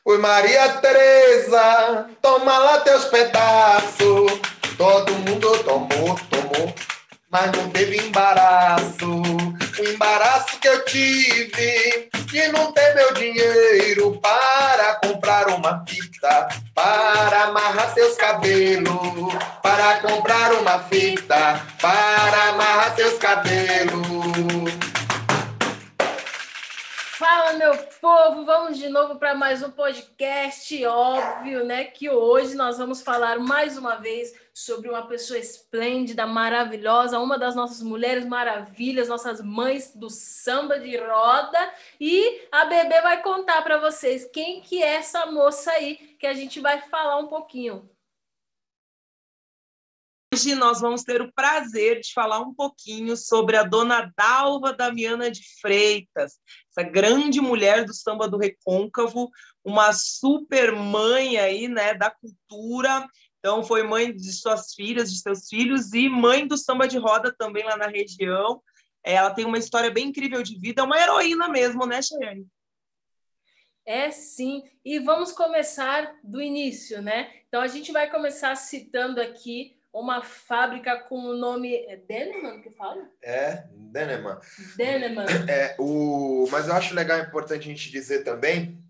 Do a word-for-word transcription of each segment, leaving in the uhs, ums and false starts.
Oi, Maria Tereza, toma lá teus pedaços. Todo mundo tomou, tomou, mas não teve embaraço. O embaraço que eu tive de não ter meu dinheiro para comprar uma fita, para amarrar seus cabelos, para comprar uma fita, para amarrar seus cabelos. Fala, meu povo, vamos de novo para mais um podcast. Óbvio, né, que hoje nós vamos falar mais uma vez sobre uma pessoa esplêndida, maravilhosa, uma das nossas mulheres maravilhas, nossas mães do samba de roda, e a Bebê vai contar para vocês quem que é essa moça aí, que a gente vai falar um pouquinho. Hoje nós vamos ter o prazer de falar um pouquinho sobre a dona Dalva Damiana de Freitas, essa grande mulher do samba do Recôncavo, uma super mãe aí, né, da cultura. Então foi mãe de suas filhas, de seus filhos, e mãe do samba de roda também lá na região. Ela tem uma história bem incrível de vida, é uma heroína mesmo, né, Chayane? É sim, e vamos começar do início, né? Então a gente vai começar citando aqui uma fábrica com o nome... É Deneman que fala? É, Deneman. Deneman. É, o... Mas eu acho legal, importante a gente dizer também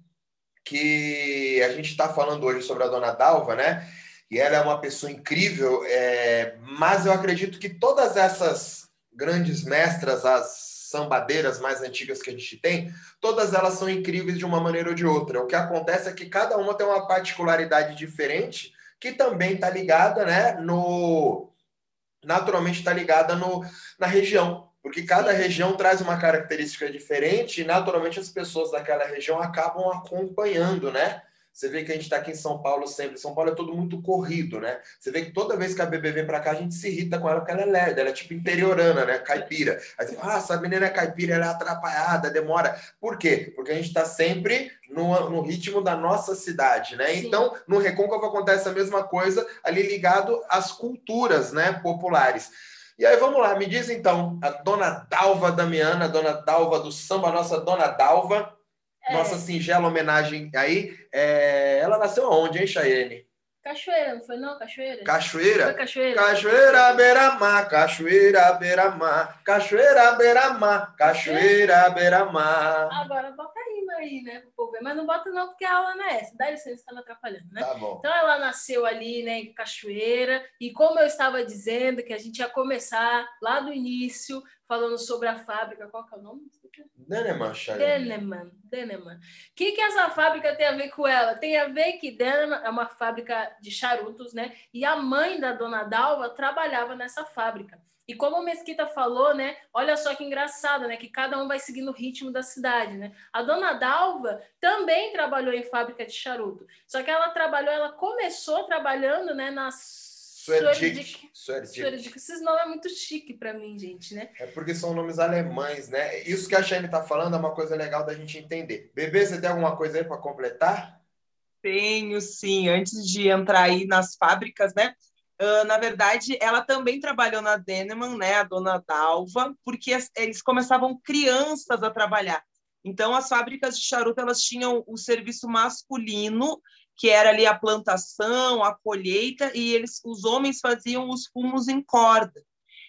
que a gente está falando hoje sobre a dona Dalva, né? E ela é uma pessoa incrível, é... mas eu acredito que todas essas grandes mestras, as sambadeiras mais antigas que a gente tem, todas elas são incríveis de uma maneira ou de outra. O que acontece é que cada uma tem uma particularidade diferente, que também está ligada, né, no... naturalmente está ligada no... na região, porque cada Sim. região traz uma característica diferente e naturalmente as pessoas daquela região acabam acompanhando, né? Você vê que a gente está aqui em São Paulo sempre. São Paulo é tudo muito corrido, né? Você vê que toda vez que a Bebê vem para cá, a gente se irrita com ela porque ela é lerda, ela é tipo interiorana, né? Caipira. Aí você fala, ah, essa menina é caipira, ela é atrapalhada, demora. Por quê? Porque a gente está sempre no, no ritmo da nossa cidade, né? Sim. Então, no Recôncavo acontece a mesma coisa, ali ligado às culturas, né, populares. E aí, vamos lá, me diz então, a dona Dalva Damiana, a dona Dalva do samba, a nossa dona Dalva, é. Nossa singela homenagem aí. É... Ela nasceu onde, hein, Chayane? Cachoeira, não foi não? Cachoeira? Cachoeira? Foi Cachoeira. Cachoeira, beira-mar, cachoeira, beira-mar, cachoeira, beira-mar, cachoeira, beira-mar. Agora bota a rima aí, né, pro povo ver. Mas não bota não, porque a aula não é essa. Dá licença, tá me atrapalhando, né? Tá bom. Então ela nasceu ali, né, em Cachoeira, e como eu estava dizendo, que a gente ia começar lá do início, falando sobre a fábrica. Qual que é o nome? Deneman, Chayane. Deneman, Deneman. O que, que essa fábrica tem a ver com ela? Tem a ver que Deneman é uma fábrica de charutos, né? E a mãe da dona Dalva trabalhava nessa fábrica. E como o Mesquita falou, né? Olha só que engraçado, né? Que cada um vai seguindo o ritmo da cidade, né? A dona Dalva também trabalhou em fábrica de charuto. Só que ela trabalhou, ela começou trabalhando, né? Nas Suerdic. Suerdic. Esses nomes é muito chique para mim, gente, né? É porque são nomes alemães, né? Isso que a Shane tá falando é uma coisa legal da gente entender. Bebê, você tem alguma coisa aí para completar? Tenho, sim. Antes de entrar aí nas fábricas, né? Uh, na verdade, ela também trabalhou na Deneman, né? A dona Dalva, porque as, eles começavam crianças a trabalhar. Então, as fábricas de charuto, elas tinham o serviço masculino, que era ali a plantação, a colheita, e eles, os homens faziam os fumos em corda.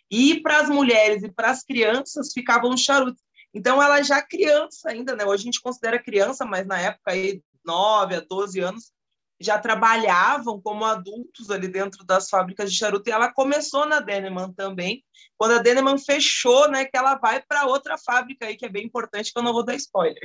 E para as mulheres e para as crianças ficavam os charutos. Então, ela já criança ainda, né? Hoje a gente considera criança, mas na época, aí, nove a doze anos, já trabalhavam como adultos ali dentro das fábricas de charuto. E ela começou na Deneman também, quando a Deneman fechou, né? Que ela vai para outra fábrica aí, que é bem importante, que eu não vou dar spoiler.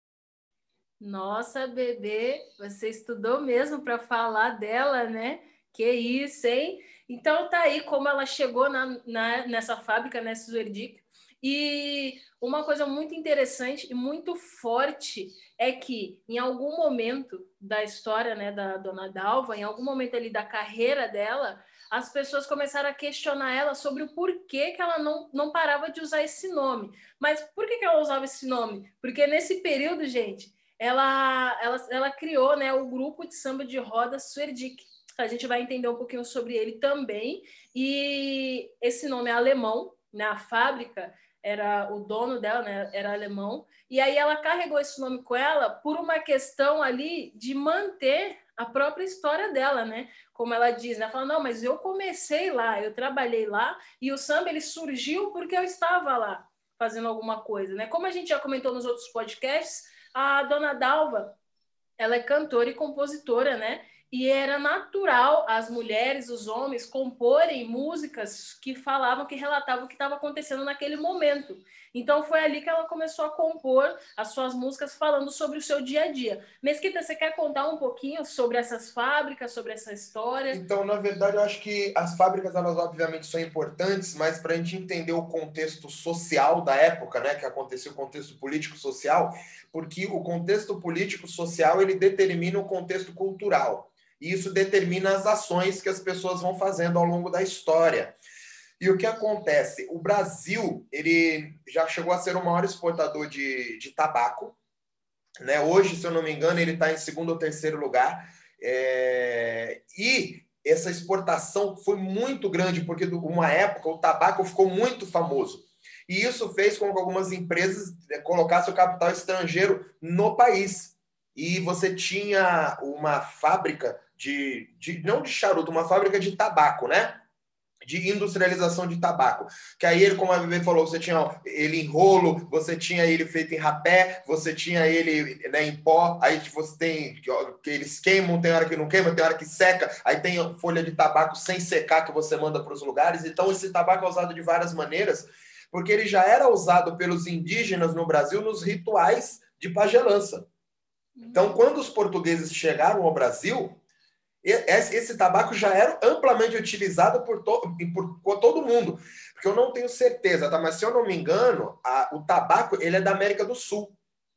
Nossa, Bebê, você estudou mesmo para falar dela, né? Que isso, hein? Então tá aí como ela chegou na, na, nessa fábrica, nessa Suerdic. E uma coisa muito interessante e muito forte é que em algum momento da história, né, da dona Dalva, em algum momento ali da carreira dela, as pessoas começaram a questionar ela sobre o porquê que ela não, não parava de usar esse nome. Mas por que, que ela usava esse nome? Porque nesse período, gente, ela, ela, ela criou, né, o grupo de samba de roda Suerdic. A gente vai entender um pouquinho sobre ele também. E esse nome é alemão, né, a fábrica era o dono dela, né? Era alemão. E aí ela carregou esse nome com ela por uma questão ali de manter a própria história dela, né? Como ela diz, né? Ela fala, não, mas eu comecei lá, eu trabalhei lá, e o samba ele surgiu porque eu estava lá fazendo alguma coisa, né? Como a gente já comentou nos outros podcasts, a Dona Dalva, ela é cantora e compositora, né? E era natural as mulheres, os homens, comporem músicas que falavam, que relatavam o que estava acontecendo naquele momento. Então, foi ali que ela começou a compor as suas músicas falando sobre o seu dia a dia. Mesquita, você quer contar um pouquinho sobre essas fábricas, sobre essa história? Então, na verdade, eu acho que as fábricas, elas obviamente são importantes, mas para a gente entender o contexto social da época, né, que aconteceu, o contexto político-social, porque o contexto político-social, ele determina o contexto cultural. E isso determina as ações que as pessoas vão fazendo ao longo da história. E o que acontece? O Brasil, ele já chegou a ser o maior exportador de, de tabaco, né? Hoje, se eu não me engano, ele está em segundo ou terceiro lugar. É... E essa exportação foi muito grande, porque uma época o tabaco ficou muito famoso. E isso fez com que algumas empresas colocassem o capital estrangeiro no país. E você tinha uma fábrica de, de não de charuto, uma fábrica de tabaco, né? De industrialização de tabaco. Que aí, ele, como a Bebê falou, você tinha ele em rolo, você tinha ele feito em rapé, você tinha ele, né, em pó, aí você tem que eles queimam, tem hora que não queima, tem hora que seca, aí tem folha de tabaco sem secar que você manda para os lugares. Então, esse tabaco é usado de várias maneiras, porque ele já era usado pelos indígenas no Brasil nos rituais de pagelança. Então, quando os portugueses chegaram ao Brasil, esse tabaco já era amplamente utilizado por, to, por, por todo mundo. Porque eu não tenho certeza, tá? Mas se eu não me engano, a, o tabaco ele é da América do Sul.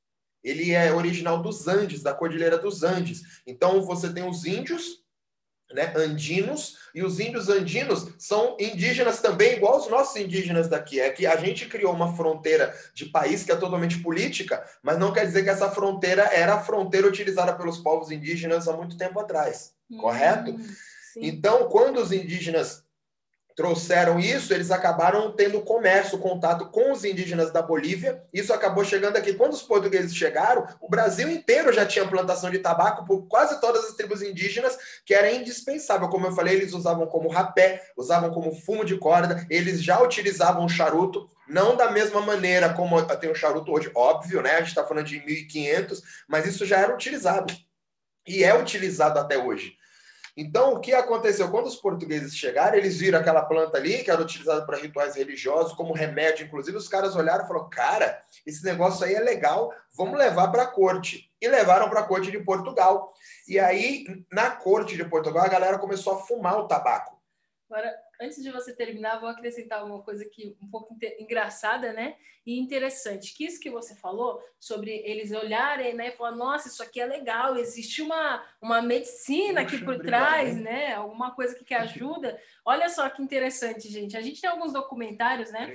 Ele é original dos Andes, da Cordilheira dos Andes. Então, você tem os índios, né, andinos, e os índios andinos são indígenas também, igual os nossos indígenas daqui. É que a gente criou uma fronteira de país que é totalmente política, mas não quer dizer que essa fronteira era a fronteira utilizada pelos povos indígenas há muito tempo atrás. Hum, correto? Sim. Então, quando os indígenas trouxeram isso, eles acabaram tendo comércio, contato com os indígenas da Bolívia. Isso acabou chegando aqui. Quando os portugueses chegaram, o Brasil inteiro já tinha plantação de tabaco por quase todas as tribos indígenas, que era indispensável. Como eu falei, eles usavam como rapé, usavam como fumo de corda, eles já utilizavam charuto, não da mesma maneira como tem o charuto hoje, óbvio, né? A gente está falando de mil e quinhentos, mas isso já era utilizado. E é utilizado até hoje. Então, o que aconteceu? Quando os portugueses chegaram, eles viram aquela planta ali, que era utilizada para rituais religiosos, como remédio, inclusive, os caras olharam e falaram, cara, esse negócio aí é legal, vamos levar para a corte. E levaram para a corte de Portugal. E aí, na corte de Portugal, a galera começou a fumar o tabaco. Agora, antes de você terminar, vou acrescentar uma coisa aqui um pouco engraçada, né? E interessante. Que isso que você falou sobre eles olharem, né? E falar, nossa, isso aqui é legal, existe uma, uma medicina aqui por trás, né? Alguma coisa que, que ajuda. Olha só que interessante, gente. A gente tem alguns documentários, né?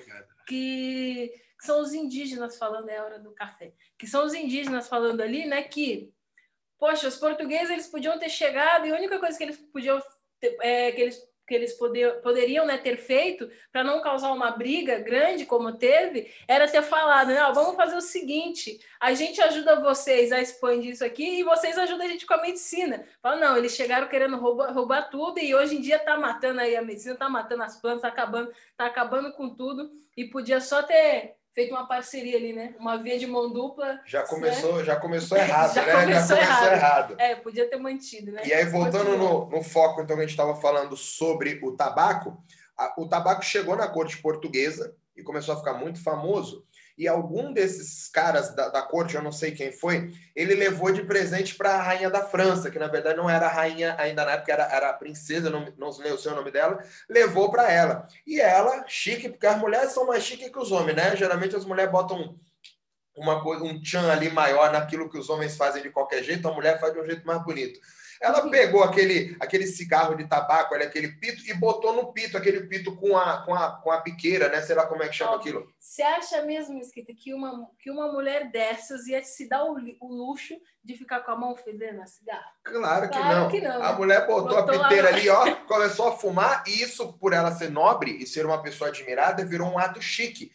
Que, que são os indígenas falando, é a hora do café. Que são os indígenas falando ali, né? Que, poxa, os portugueses, eles podiam ter chegado e a única coisa que eles podiam ter, é, que eles que eles poder, poderiam, né, ter feito para não causar uma briga grande como teve, era ter falado, não, vamos fazer o seguinte, a gente ajuda vocês a expandir isso aqui e vocês ajudam a gente com a medicina. Fala, não, eles chegaram querendo roubar, roubar tudo e hoje em dia tá matando aí a medicina, tá matando as plantas, tá acabando, tá acabando com tudo e podia só ter feito uma parceria ali, né? Uma via de mão dupla. Já começou, né? já começou errado, já né? Começou já começou errado. errado. É, podia ter mantido, né? E aí, voltando no, no foco, então, que a gente estava falando sobre o tabaco, a, o tabaco chegou na corte portuguesa e começou a ficar muito famoso. E algum desses caras da, da corte, eu não sei quem foi, ele levou de presente para a rainha da França, que na verdade não era a rainha ainda na época, era, era a princesa, não, não sei o seu nome dela, levou para ela. E ela, chique, porque as mulheres são mais chiques que os homens, né? Geralmente as mulheres botam uma coisa, um tchan ali maior naquilo que os homens fazem de qualquer jeito, a mulher faz de um jeito mais bonito. Ela pegou aquele, aquele cigarro de tabaco, aquele pito, e botou no pito, aquele pito com a, com a, com a biqueira, né? Sei lá como é que chama oh, aquilo. Você acha mesmo, Mesquita, que uma, que uma mulher dessas ia se dar o, o luxo de ficar com a mão fedendo a cigarro? Claro que claro não. Que não a né? mulher botou, botou a piteira lá... ali, ó, começou a fumar, e isso, por ela ser nobre e ser uma pessoa admirada, virou um ato chique.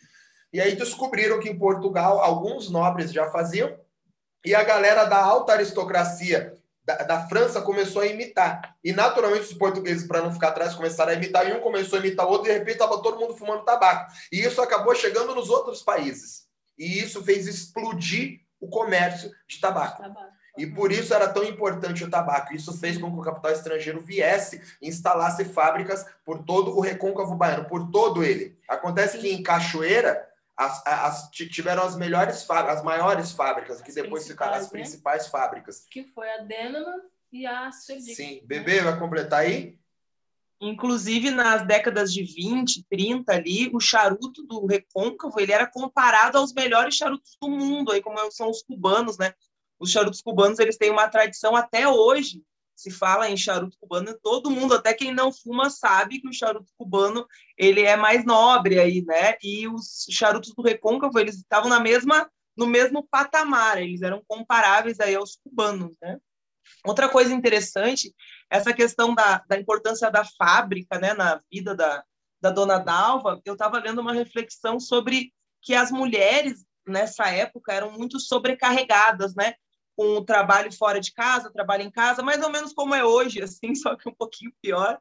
E aí descobriram que em Portugal alguns nobres já faziam, e a galera da alta aristocracia da, da França começou a imitar. E naturalmente os portugueses, para não ficar atrás, começaram a imitar, e um começou a imitar o outro, e de repente estava todo mundo fumando tabaco. E isso acabou chegando nos outros países. E isso fez explodir o comércio de tabaco. tabaco. E por isso era tão importante o tabaco. Isso fez com que o capital estrangeiro viesse e instalasse fábricas por todo o recôncavo baiano, por todo ele. Acontece que em Cachoeira as, as, tiveram as melhores fábricas, as maiores fábricas, que depois ficaram as né? principais fábricas. Que foi a Denemann e a Serdic. Sim. Bebê, vai completar aí? Inclusive, nas décadas de vinte, trinta ali, o charuto do recôncavo ele era comparado aos melhores charutos do mundo, aí como são os cubanos, né? Os charutos cubanos, eles têm uma tradição até hoje. Se fala em charuto cubano, todo mundo, até quem não fuma, sabe que o charuto cubano ele é mais nobre aí, né? E os charutos do recôncavo, eles estavam na mesma, no mesmo patamar, eles eram comparáveis aí aos cubanos, né? Outra coisa interessante, essa questão da, da importância da fábrica, né, na vida da, da Dona Dalva, eu estava lendo uma reflexão sobre que as mulheres, nessa época, eram muito sobrecarregadas, né? Com o trabalho fora de casa, trabalho em casa, mais ou menos como é hoje, assim, só que um pouquinho pior.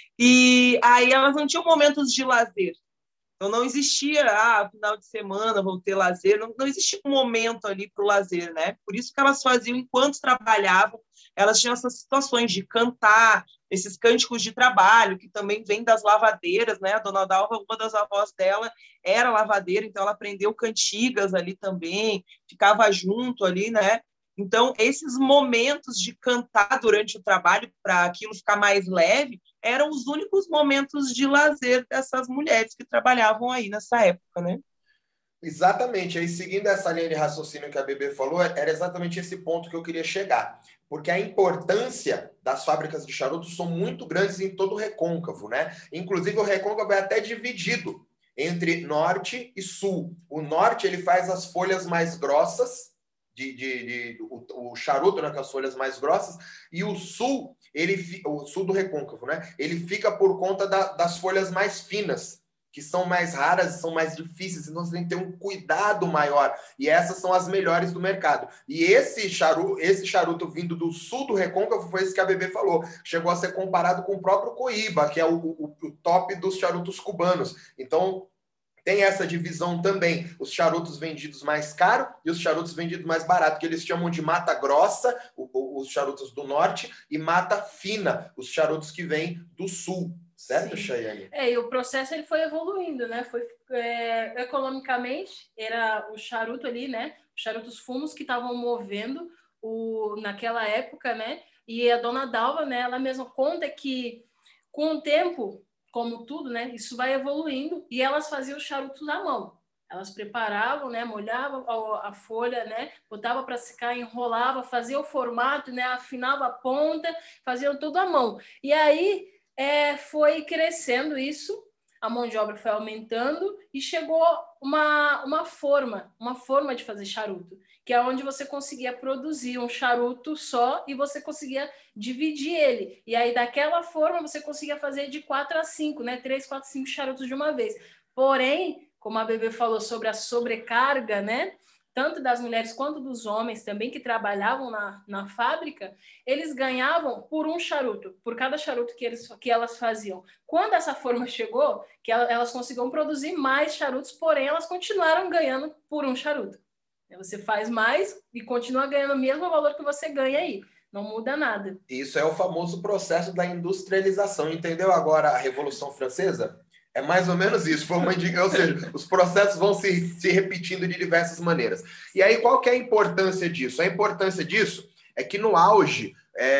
E aí elas não tinham momentos de lazer. Então não existia, ah, final de semana vou ter lazer, não, não existia um momento ali para o lazer, né? Por isso que elas faziam, enquanto trabalhavam, elas tinham essas situações de cantar, esses cânticos de trabalho, que também vem das lavadeiras, né? A Dona Dalva, uma das avós dela, era lavadeira, então ela aprendeu cantigas ali também, ficava junto ali, né? Então, esses momentos de cantar durante o trabalho, para aquilo ficar mais leve, eram os únicos momentos de lazer dessas mulheres que trabalhavam aí nessa época, né? Exatamente. Aí, seguindo essa linha de raciocínio que a Bebê falou, era exatamente esse ponto que eu queria chegar. Porque a importância das fábricas de charutos são muito grandes em todo o recôncavo, né? Inclusive, o recôncavo é até dividido entre norte e sul. O norte, ele faz as folhas mais grossas, De, de, de, o, o charuto, né, com as folhas mais grossas, e o sul, ele, o sul do recôncavo, né, ele fica por conta da, das folhas mais finas, que são mais raras, são mais difíceis, então você tem que ter um cuidado maior, e essas são as melhores do mercado. E esse charuto, esse charuto vindo do sul do recôncavo foi isso que a Bebê falou, chegou a ser comparado com o próprio Coíba, que é o, o, o top dos charutos cubanos. Então, tem essa divisão também, os charutos vendidos mais caro e os charutos vendidos mais barato, que eles chamam de mata grossa, os charutos do norte, e mata fina, os charutos que vêm do sul, certo, Chayane? É, e o processo ele foi evoluindo, né? Foi é, economicamente, era o charuto ali, né? Os charutos fumos que estavam movendo o, naquela época, né? E a Dona Dalva, né? Ela mesma conta que com o tempo, como tudo, né? Isso vai evoluindo e elas faziam os charutos à mão. Elas preparavam, né? Molhavam a, a folha, né? Botava para secar, enrolava, fazia o formato, né? Afinava a ponta, faziam tudo à mão. E aí é, foi crescendo isso, a mão de obra foi aumentando e chegou uma, uma forma, uma forma de fazer charuto, que é onde você conseguia produzir um charuto só e você conseguia dividir ele. E aí, daquela forma, você conseguia fazer de quatro a cinco, né? três, quatro, cinco charutos de uma vez. Porém, como a Bebê falou sobre a sobrecarga, né? Tanto das mulheres quanto dos homens também que trabalhavam na, na fábrica, eles ganhavam por um charuto, por cada charuto que, eles, que elas faziam. Quando essa forma chegou, que elas conseguiam produzir mais charutos, porém elas continuaram ganhando por um charuto. Você faz mais e continua ganhando o mesmo valor que você ganha aí. Não muda nada. Isso é o famoso processo da industrialização. Entendeu agora a Revolução Francesa? É mais ou menos isso. Foi uma indicação, ou seja, os processos vão se, se repetindo de diversas maneiras. E aí, qual que é a importância disso? A importância disso é que no auge,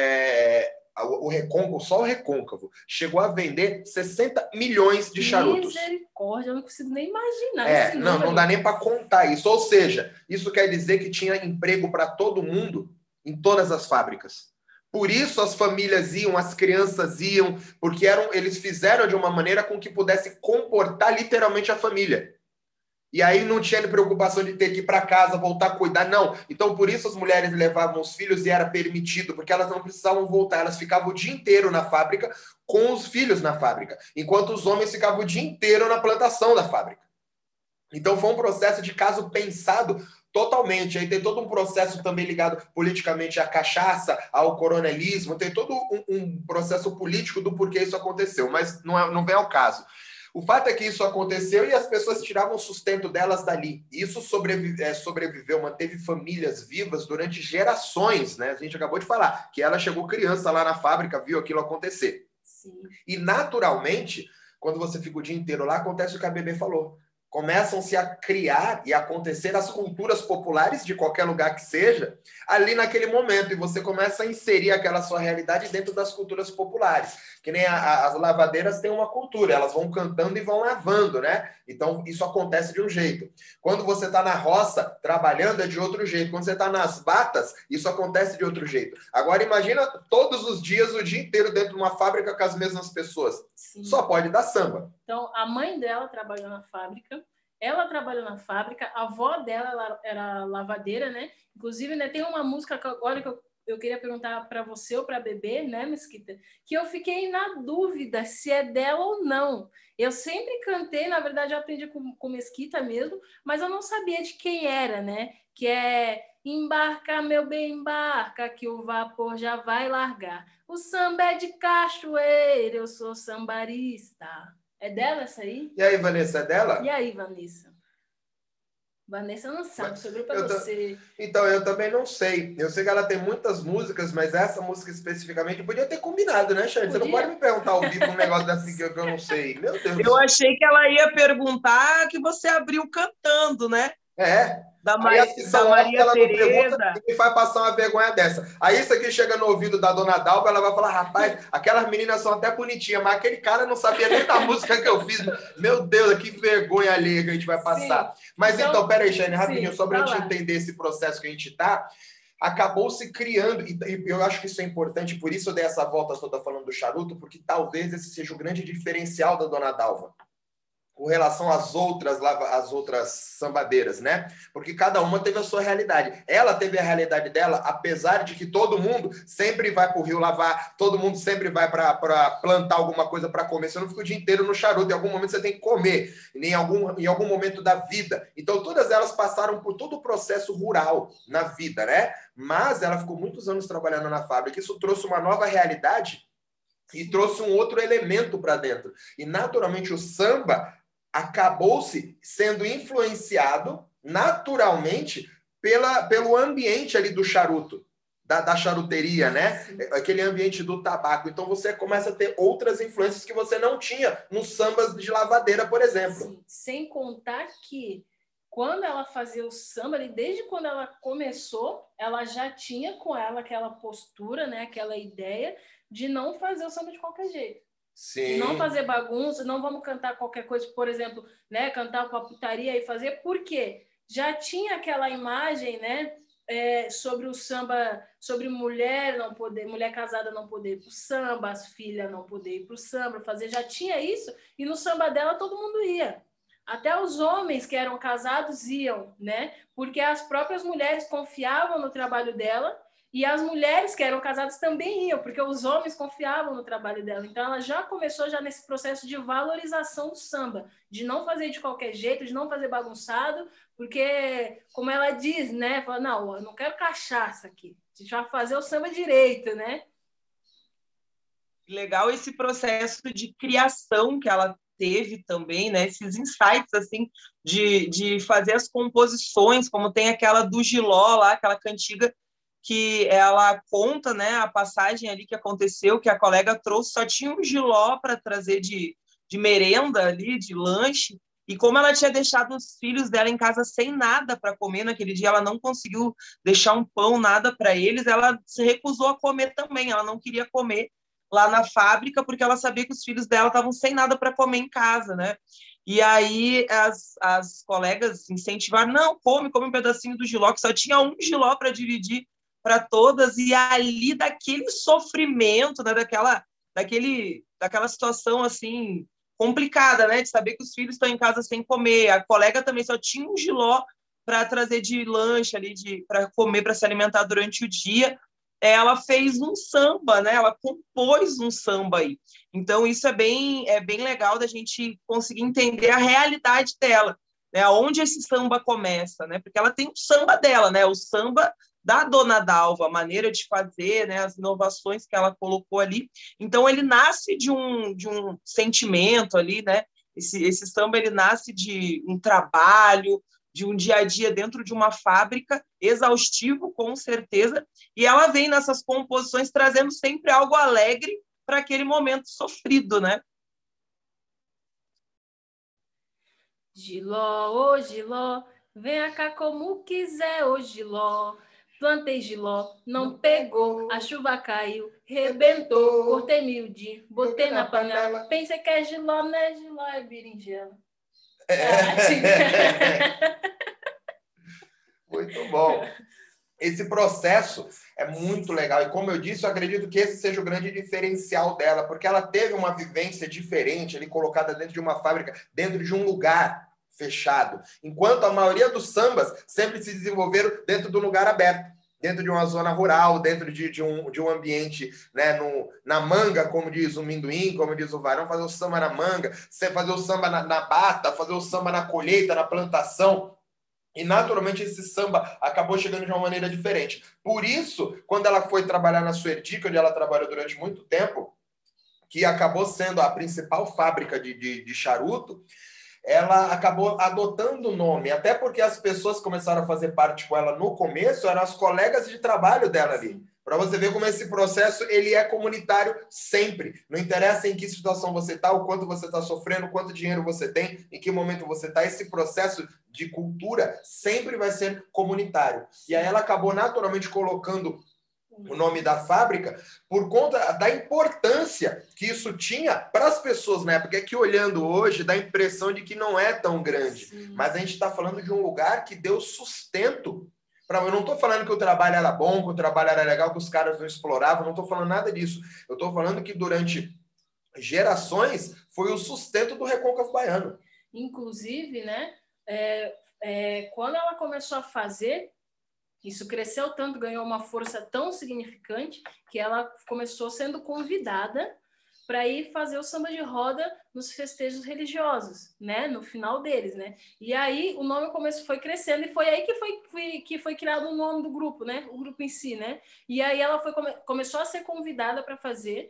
é, o, o recôncavo, só o recôncavo, chegou a vender sessenta milhões de charutos. Misericórdia, eu não consigo nem imaginar é, esse não, número. não dá nem para contar isso. Ou seja, isso quer dizer que tinha emprego para todo mundo em todas as fábricas. Por isso as famílias iam, as crianças iam, porque eram, eles fizeram de uma maneira com que pudesse comportar literalmente a família. E aí não tinha preocupação de ter que ir para casa, voltar a cuidar, não. Então, por isso as mulheres levavam os filhos e era permitido, porque elas não precisavam voltar, elas ficavam o dia inteiro na fábrica com os filhos na fábrica, enquanto os homens ficavam o dia inteiro na plantação da fábrica. Então foi um processo de caso pensado totalmente. Aí tem todo um processo também ligado politicamente à cachaça, ao coronelismo, tem todo um, um processo político do porquê isso aconteceu, mas não, é, não vem ao caso. O fato é que isso aconteceu e as pessoas tiravam o sustento delas dali. Isso sobrevive, é, sobreviveu, manteve famílias vivas durante gerações, né? A gente acabou de falar que ela chegou criança lá na fábrica, viu aquilo acontecer. Sim. E naturalmente, quando você fica o dia inteiro lá, acontece o que a Bebê falou. Começam-se a criar e acontecer as culturas populares de qualquer lugar que seja, ali naquele momento, e você começa a inserir aquela sua realidade dentro das culturas populares. Que nem a, a, as lavadeiras têm uma cultura, elas vão cantando e vão lavando, né? Então, isso acontece de um jeito. Quando você está na roça, trabalhando, é de outro jeito. Quando você está nas batas, isso acontece de outro jeito. Agora, imagina todos os dias, o dia inteiro, dentro de uma fábrica com as mesmas pessoas. Sim. Só pode dar samba. Então, a mãe dela trabalhou na fábrica, ela trabalhou na fábrica, a avó dela ela era lavadeira, né? Inclusive, né, tem uma música que agora que eu, eu queria perguntar para você ou para a Bebê, né, Mesquita? Que eu fiquei na dúvida se é dela ou não. Eu sempre cantei, na verdade, eu aprendi com, com Mesquita mesmo, mas eu não sabia de quem era, né? Que é embarca, meu bem, embarca, que o vapor já vai largar. O samba é de cachoeira, eu sou sambarista. É dela essa aí? E aí, Vanessa, é dela? E aí, Vanessa? Vanessa não sabe, sobrou para você. Então, eu também não sei. Eu sei que ela tem muitas músicas, mas essa música especificamente podia ter combinado, né, Xande? Você não pode me perguntar ao vivo um negócio assim que eu, que eu não sei. Meu Deus. Eu achei que ela ia perguntar que você abriu cantando, né? É. Da, Maria, da Maria ela Tereza. E me faz passar uma vergonha dessa. Aí isso aqui chega no ouvido da Dona Dalva, ela vai falar, rapaz, aquelas meninas são até bonitinhas, mas aquele cara não sabia nem da música que eu fiz. Meu Deus, que vergonha alheia que a gente vai passar. Sim. Mas então, então peraí, Xane, rapidinho, sim, só para a gente entender esse processo que a gente está, acabou se criando, e eu acho que isso é importante, por isso eu dei essa volta toda falando do charuto, porque talvez esse seja o grande diferencial da Dona Dalva com relação às outras, às outras sambadeiras, né? Porque cada uma teve a sua realidade. Ela teve a realidade dela, apesar de que todo mundo sempre vai para o rio lavar, todo mundo sempre vai para plantar alguma coisa para comer. Você não fica o dia inteiro no charuto, em algum momento você tem que comer, em algum, em algum momento da vida. Então, todas elas passaram por todo o processo rural na vida, né? Mas ela ficou muitos anos trabalhando na fábrica. Isso trouxe uma nova realidade e trouxe um outro elemento para dentro. E, naturalmente, o samba acabou-se sendo influenciado naturalmente pela, pelo ambiente ali do charuto, da, da charuteria, né? Sim. Aquele ambiente do tabaco. Então você começa a ter outras influências que você não tinha nos sambas de lavadeira, por exemplo. Sim. Sem contar que quando ela fazia o samba, ali, desde quando ela começou, ela já tinha com ela aquela postura, né? Aquela ideia de não fazer o samba de qualquer jeito. Sim. Não fazer bagunça, não vamos cantar qualquer coisa, por exemplo, né, cantar uma putaria e fazer, porque já tinha aquela imagem, né, é, sobre o samba, sobre mulher não poder, mulher casada não poder ir pro samba, as filhas não poder ir pro samba, fazer, já tinha isso, e no samba dela todo mundo ia. Até os homens que eram casados iam, né, porque as próprias mulheres confiavam no trabalho dela. E as mulheres que eram casadas também iam, porque os homens confiavam no trabalho dela. Então, ela já começou já nesse processo de valorização do samba, de não fazer de qualquer jeito, de não fazer bagunçado, porque, como ela diz, né? Fala, não, eu não quero cachaça aqui. A gente vai fazer o samba direito, né? Legal esse processo de criação que ela teve também, né? Esses insights, assim, de, de fazer as composições, como tem aquela do Giló lá, aquela cantiga que ela conta, né, a passagem ali que aconteceu, que a colega trouxe, só tinha um jiló para trazer de, de merenda ali, de lanche, e como ela tinha deixado os filhos dela em casa sem nada para comer naquele dia, ela não conseguiu deixar um pão, nada para eles, ela se recusou a comer também, ela não queria comer lá na fábrica, porque ela sabia que os filhos dela estavam sem nada para comer em casa, né? E aí as, as colegas incentivaram, não, come, come um pedacinho do jiló, que só tinha um jiló para dividir para todas, e ali daquele sofrimento, né, daquela, daquele, daquela situação assim complicada, né, de saber que os filhos estão em casa sem comer, a colega também só tinha um jiló para trazer de lanche ali, de, para comer, para se alimentar durante o dia, ela fez um samba, né, ela compôs um samba aí, então isso é bem, é bem legal da gente conseguir entender a realidade dela. né? Onde esse samba começa, né? Porque ela tem o samba dela, né? O samba da Dona Dalva, a maneira de fazer, né? As inovações que ela colocou ali. Então, ele nasce de um, de um sentimento ali, né? Esse, esse samba, ele nasce de um trabalho, de um dia a dia dentro de uma fábrica, exaustivo, com certeza, e ela vem nessas composições trazendo sempre algo alegre para aquele momento sofrido, né? Giló, ô Giló, venha cá como quiser, ô Giló. Plantei giló, não pegou, a chuva caiu, rebentou, cortei miudinho, botei na panela, pensei que é giló, né? Giló é berinjela. É. Muito bom. Esse processo é muito legal. E como eu disse, eu acredito que esse seja o grande diferencial dela, porque ela teve uma vivência diferente ali, colocada dentro de uma fábrica, dentro de um lugar fechado. Enquanto a maioria dos sambas sempre se desenvolveram dentro de um lugar aberto, dentro de uma zona rural, dentro de, de, um, de um ambiente, né, no, na manga, como diz o Minduim, como diz o Varão, fazer o samba na manga, você fazer o samba na, na bata, fazer o samba na colheita, na plantação. E, naturalmente, esse samba acabou chegando de uma maneira diferente. Por isso, quando ela foi trabalhar na Suerdic, onde ela trabalhou durante muito tempo, que acabou sendo a principal fábrica de, de, de charuto, ela acabou adotando o nome, até porque as pessoas que começaram a fazer parte com ela no começo eram as colegas de trabalho dela ali. Para você ver como esse processo ele é comunitário sempre. Não interessa em que situação você está, o quanto você está sofrendo, quanto dinheiro você tem, em que momento você está. Esse processo de cultura sempre vai ser comunitário. E aí ela acabou naturalmente colocando o nome da fábrica por conta da importância que isso tinha para as pessoas na época. É que olhando hoje dá a impressão de que não é tão grande. Sim. Mas a gente está falando de um lugar que deu sustento. Pra, eu não estou falando que o trabalho era bom, que o trabalho era legal, que os caras não exploravam, não estou falando nada disso. Eu estou falando que durante gerações foi o sustento do Recôncavo Baiano. Inclusive, né, é, é, quando ela começou a fazer, isso cresceu tanto, ganhou uma força tão significante, que ela começou sendo convidada para ir fazer o samba de roda nos festejos religiosos, né? No final deles, né? E aí o nome começou, foi crescendo, e foi aí que foi, foi, que foi criado o nome do grupo, né? O grupo em si, né? E aí ela foi, come, começou a ser convidada para fazer,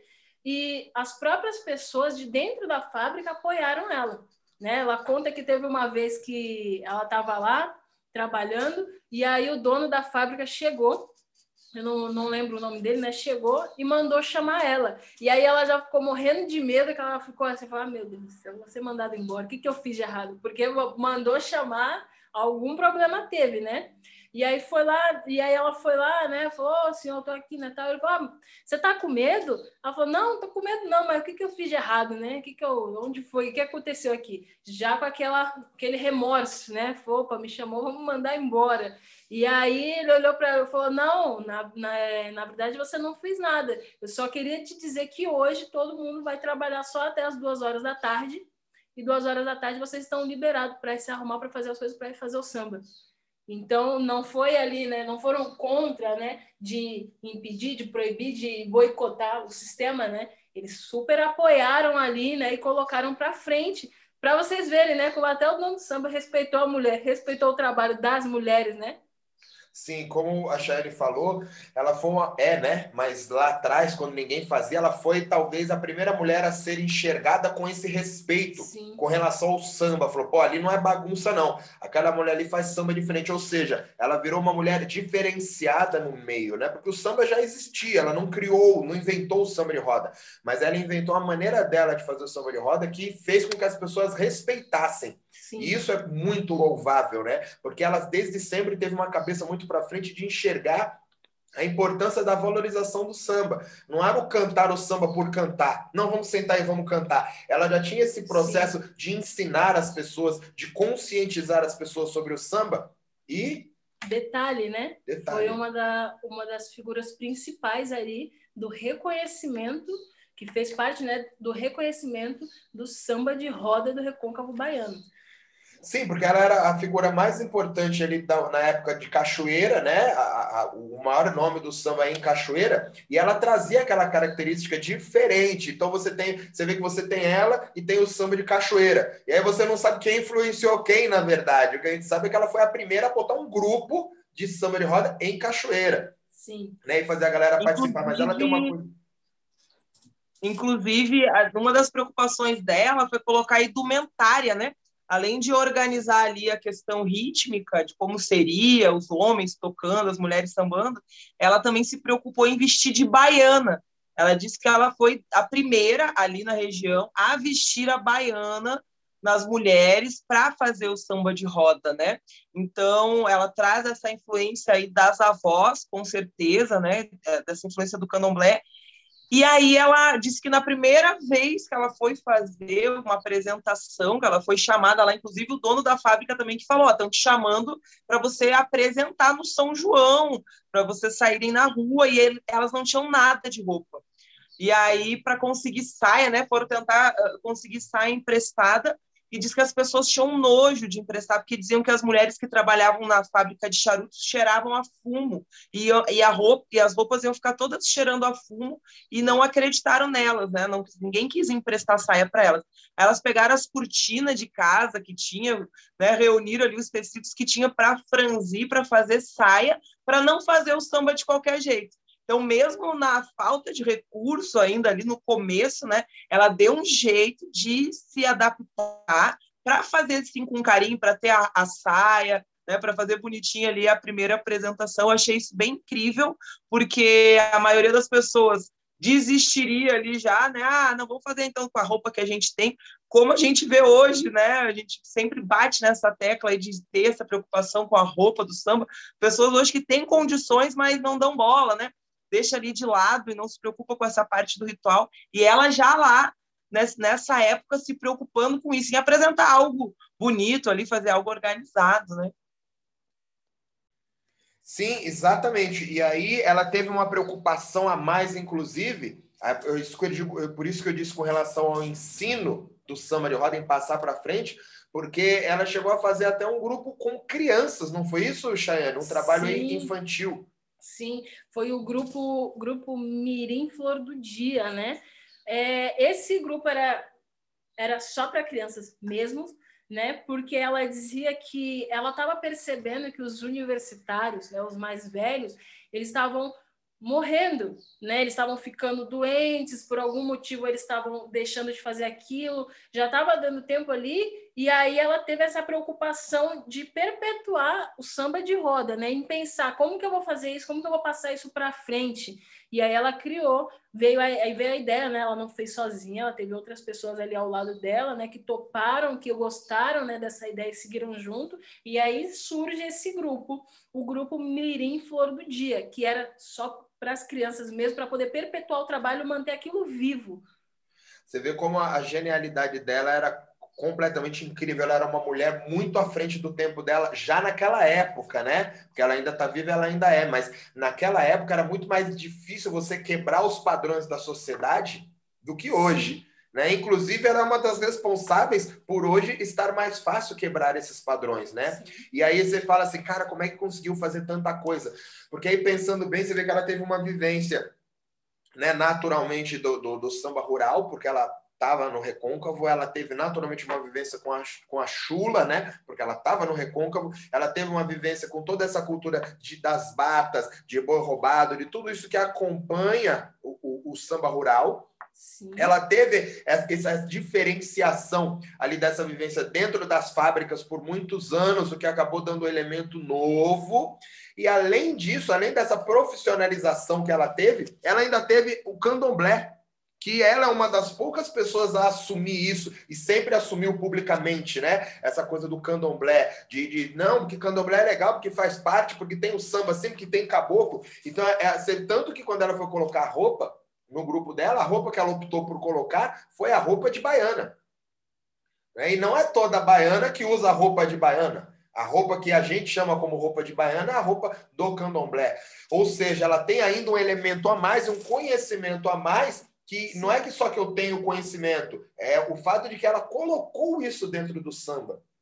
e as próprias pessoas de dentro da fábrica apoiaram ela, né? Ela conta que teve uma vez que ela estava lá trabalhando, e aí o dono da fábrica chegou, eu não, não lembro o nome dele, né? Chegou e mandou chamar ela. E aí ela já ficou morrendo de medo, que ela ficou assim, falou, ah, meu Deus do céu, vou ser mandada embora, o que, que eu fiz de errado? Porque mandou chamar, algum problema teve, né? E aí foi lá, e aí ela foi lá, né? Falou, oh, senhor, eu tô aqui, né? Ele falou, ah, você tá com medo? Ela falou, não, tô com medo não, mas o que, que eu fiz de errado, né? O que que eu, onde foi? O que aconteceu aqui? Já com aquela, aquele remorso, né? Falou, opa, me chamou, vamos mandar embora. E aí ele olhou para ela e falou, não, na, na, na verdade você não fez nada. Eu só queria te dizer que hoje todo mundo vai trabalhar só até as duas horas da tarde, e duas horas da tarde vocês estão liberados para se arrumar para fazer as coisas, para ir fazer o samba. Então, não foi ali, né? Não foram contra, né? De impedir, de proibir, de boicotar o sistema, né? Eles super apoiaram ali, né? E colocaram para frente, para vocês verem, né? Como até o dono do samba respeitou a mulher, respeitou o trabalho das mulheres, né? Sim, como a Chayane falou, ela foi uma... É, né? Mas lá atrás, quando ninguém fazia, ela foi talvez a primeira mulher a ser enxergada com esse respeito. Sim. Com relação ao samba. Falou, pô, ali não é bagunça, não. Aquela mulher ali faz samba diferente. Ou seja, ela virou uma mulher diferenciada no meio, né? Porque o samba já existia, ela não criou, não inventou o samba de roda. Mas ela inventou a maneira dela de fazer o samba de roda que fez com que as pessoas respeitassem. Sim. E isso é muito louvável, né? Porque ela desde sempre teve uma cabeça muito para frente de enxergar a importância da valorização do samba. Não era o cantar o samba por cantar. Não, vamos sentar e vamos cantar. Ela já tinha esse processo Sim. de ensinar as pessoas, de conscientizar as pessoas sobre o samba e... Detalhe, né? Detalhe. Foi uma, da, uma das figuras principais ali do reconhecimento, que fez parte, né, do reconhecimento do samba de roda do Recôncavo Baiano. Sim, porque ela era a figura mais importante ali da, na época de Cachoeira, né? A, a, o maior nome do samba é em Cachoeira, e ela trazia aquela característica diferente. Então você tem, você vê que você tem ela e tem o samba de Cachoeira. E aí você não sabe quem influenciou quem, na verdade. O que a gente sabe é que ela foi a primeira a botar um grupo de samba de roda em Cachoeira. Sim. Né? E fazer a galera Inclusive, participar. Mas ela tem uma coisa. Inclusive, uma das preocupações dela foi colocar a indumentária, né? Além de organizar ali a questão rítmica, de como seria, os homens tocando, as mulheres sambando, ela também se preocupou em vestir de baiana. Ela disse que ela foi a primeira ali na região a vestir a baiana nas mulheres para fazer o samba de roda, né? Então, ela traz essa influência aí das avós, com certeza, né? Dessa influência do candomblé. E aí ela disse que na primeira vez que ela foi fazer uma apresentação, que ela foi chamada lá, inclusive o dono da fábrica também que falou, estão te chamando para você apresentar no São João, para vocês saírem na rua, e ele, elas não tinham nada de roupa. E aí, para conseguir saia, né, foram tentar uh, conseguir saia emprestada, e diz que as pessoas tinham nojo de emprestar, porque diziam que as mulheres que trabalhavam na fábrica de charutos cheiravam a fumo, e, e, a roupa, e as roupas iam ficar todas cheirando a fumo, e não acreditaram nelas, né? Não, ninguém quis emprestar saia para elas. Elas pegaram as cortinas de casa que tinha, né, reuniram ali os tecidos que tinha para franzir, para fazer saia, para não fazer o samba de qualquer jeito. Então, mesmo na falta de recurso ainda ali no começo, né, ela deu um jeito de se adaptar para fazer assim com carinho, para ter a, a saia, né, para fazer bonitinha ali a primeira apresentação. Eu achei isso bem incrível, porque a maioria das pessoas desistiria ali já, né? Ah, não vou fazer então com a roupa que a gente tem, como a gente vê hoje, né? A gente sempre bate nessa tecla aí de ter essa preocupação com a roupa do samba. Pessoas hoje que têm condições, mas não dão bola, né? Deixa ali de lado e não se preocupa com essa parte do ritual. E ela já lá, nessa época, se preocupando com isso, em apresentar algo bonito ali, fazer algo organizado, né? Sim, exatamente. E aí ela teve uma preocupação a mais, inclusive, por isso que eu disse com relação ao ensino do samba de roda em passar para frente, porque ela chegou a fazer até um grupo com crianças, não foi isso, Chayane? Um trabalho Sim. infantil. Sim, foi o grupo, grupo Mirim Flor do Dia, né? É, esse grupo era, era só para crianças mesmo, né? Porque ela dizia que ela estava percebendo que os universitários, né, os mais velhos, eles estavam morrendo, né? Eles estavam ficando doentes, por algum motivo eles estavam deixando de fazer aquilo, já estava dando tempo ali, e aí ela teve essa preocupação de perpetuar o samba de roda, né? Em pensar como que eu vou fazer isso, como que eu vou passar isso para frente. E aí ela criou, veio aí veio a ideia, né? Ela não fez sozinha, ela teve outras pessoas ali ao lado dela, né? Que toparam, que gostaram, né? Dessa ideia e seguiram junto. E aí surge esse grupo, o grupo Mirim Flor do Dia, que era só para as crianças mesmo, para poder perpetuar o trabalho e manter aquilo vivo. Você vê como a genialidade dela era completamente incrível. Ela era uma mulher muito à frente do tempo dela, já naquela época, né? Porque ela ainda está viva, ela ainda é, mas naquela época era muito mais difícil você quebrar os padrões da sociedade do que hoje. Né? Inclusive, ela é uma das responsáveis por hoje estar mais fácil quebrar esses padrões, né? Sim. E aí você fala assim, cara, como é que conseguiu fazer tanta coisa? Porque aí, pensando bem, você vê que ela teve uma vivência, né, naturalmente do, do, do samba rural, porque ela estava no Recôncavo, ela teve naturalmente uma vivência com a, com a chula, né? Porque ela estava no Recôncavo, ela teve uma vivência com toda essa cultura de, das batas, de boi roubado, de tudo isso que acompanha o, o, o samba rural. Sim. Ela teve essa diferenciação ali dessa vivência dentro das fábricas por muitos anos, o que acabou dando um elemento novo. E além disso, além dessa profissionalização que ela teve, ela ainda teve o candomblé, que ela é uma das poucas pessoas a assumir isso, e sempre assumiu publicamente, né? Essa coisa do candomblé, de, de não, porque candomblé é legal, porque faz parte, porque tem o samba, sempre que tem caboclo. Então, é, é, tanto que quando ela foi colocar a roupa no grupo dela, a roupa que ela optou por colocar foi a roupa de baiana. E não é toda baiana que usa a roupa de baiana. A roupa que a gente chama como roupa de baiana é a roupa do candomblé. Ou seja, ela tem ainda um elemento a mais, um conhecimento a mais, que Sim. não é que só que eu tenho conhecimento, é o fato de que ela colocou isso dentro do samba.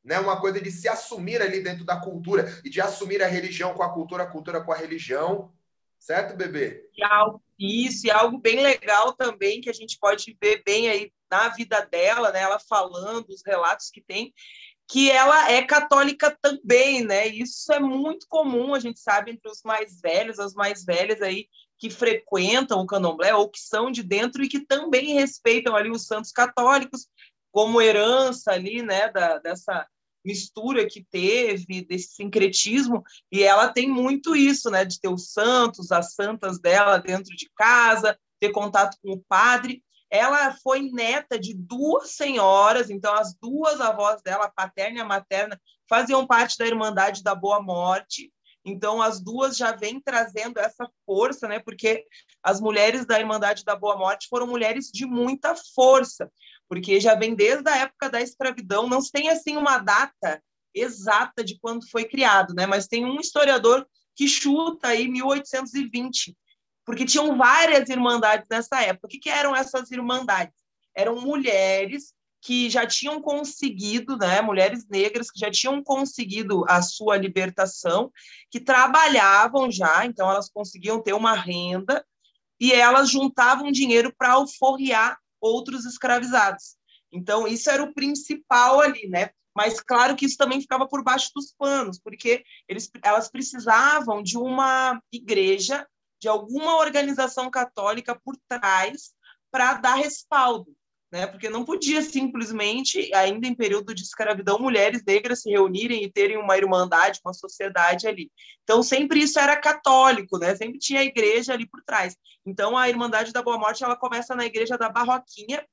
né? Uma coisa de se assumir ali dentro da cultura e de assumir a religião com a cultura, a cultura com a religião. Certo, bebê? E algo, isso, e algo bem legal também, que a gente pode ver bem aí na vida dela, né? Ela falando, os relatos que tem, que ela é católica também, né? Isso é muito comum, a gente sabe, entre os mais velhos, as mais velhas aí, que frequentam o candomblé ou que são de dentro e que também respeitam ali os santos católicos como herança ali, né, da, dessa mistura que teve, desse sincretismo, e ela tem muito isso, né, de ter os santos, as santas dela dentro de casa, ter contato com o padre. Ela foi neta de duas senhoras, então as duas avós dela, a paterna e a materna, faziam parte da Irmandade da Boa Morte. Então as duas já vêm trazendo essa força, né? Porque as mulheres da Irmandade da Boa Morte foram mulheres de muita força, porque já vem desde a época da escravidão. Não se tem assim uma data exata de quando foi criado, né? Mas tem um historiador que chuta aí mil oitocentos e vinte, porque tinham várias irmandades nessa época. O que, que eram essas irmandades? Eram mulheres que já tinham conseguido, né, mulheres negras que já tinham conseguido a sua libertação, que trabalhavam já, então elas conseguiam ter uma renda, e elas juntavam dinheiro para alforriar outros escravizados. Então, isso era o principal ali, né? Mas, claro que isso também ficava por baixo dos panos, porque eles, elas precisavam de uma igreja, de alguma organização católica por trás para dar respaldo, né? Porque não podia simplesmente, ainda em período de escravidão, mulheres negras se reunirem e terem uma irmandade, uma sociedade ali. Então, sempre isso era católico, né? Sempre tinha a igreja ali por trás. Então, a Irmandade da Boa Morte, ela começa na igreja da Barroquinha,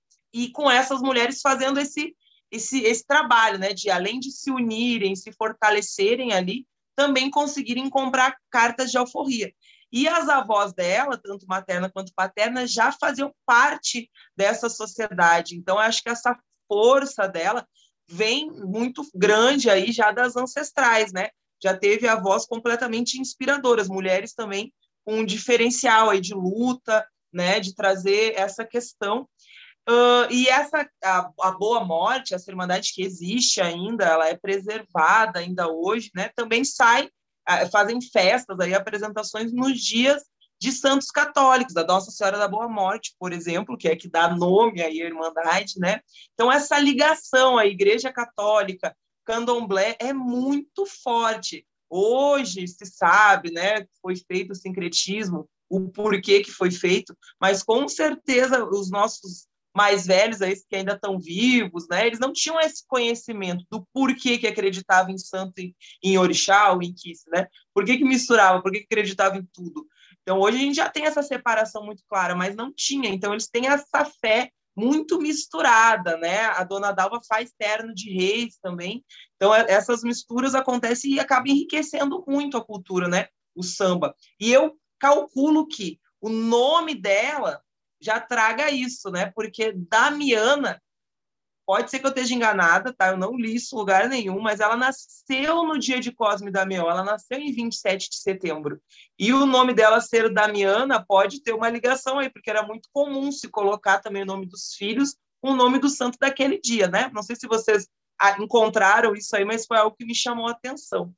e com essas mulheres fazendo esse, esse, esse trabalho, né? De, além de se unirem, se fortalecerem ali, também conseguirem comprar cartas de alforria. E as avós dela, tanto materna quanto paterna, já faziam parte dessa sociedade. Então, eu acho que essa força dela vem muito grande aí já das ancestrais, né? Já teve avós completamente inspiradoras, mulheres também com um diferencial aí de luta, né? De trazer essa questão. Uh, e essa, a, a Boa Morte, essa irmandade que existe ainda, ela é preservada ainda hoje, né? Também sai, uh, fazem festas, aí, apresentações nos dias de santos católicos, da Nossa Senhora da Boa Morte, por exemplo, que é que dá nome aí à irmandade, né? Então, essa ligação à Igreja Católica, candomblé, é muito forte. Hoje se sabe, né, foi feito o sincretismo, o porquê que foi feito, mas com certeza os nossos mais velhos, aí, que ainda estão vivos, né? Eles não tinham esse conhecimento do porquê que acreditava em santo, em, em orixá ou em quice, né? Por que que misturava, por que que acreditava em tudo? Então, hoje a gente já tem essa separação muito clara, mas não tinha. Então, eles têm essa fé muito misturada, né? A Dona Dalva faz terno de reis também. Então, essas misturas acontecem e acabam enriquecendo muito a cultura, né? O samba. E eu calculo que o nome dela já traga isso, né? Porque Damiana, pode ser que eu esteja enganada, tá? Eu não li isso em lugar nenhum, mas ela nasceu no dia de Cosme e Damião, ela nasceu em vinte e sete de setembro. E o nome dela ser Damiana pode ter uma ligação aí, porque era muito comum se colocar também o nome dos filhos com o nome do santo daquele dia, né? Não sei se vocês encontraram isso aí, mas foi algo que me chamou a atenção.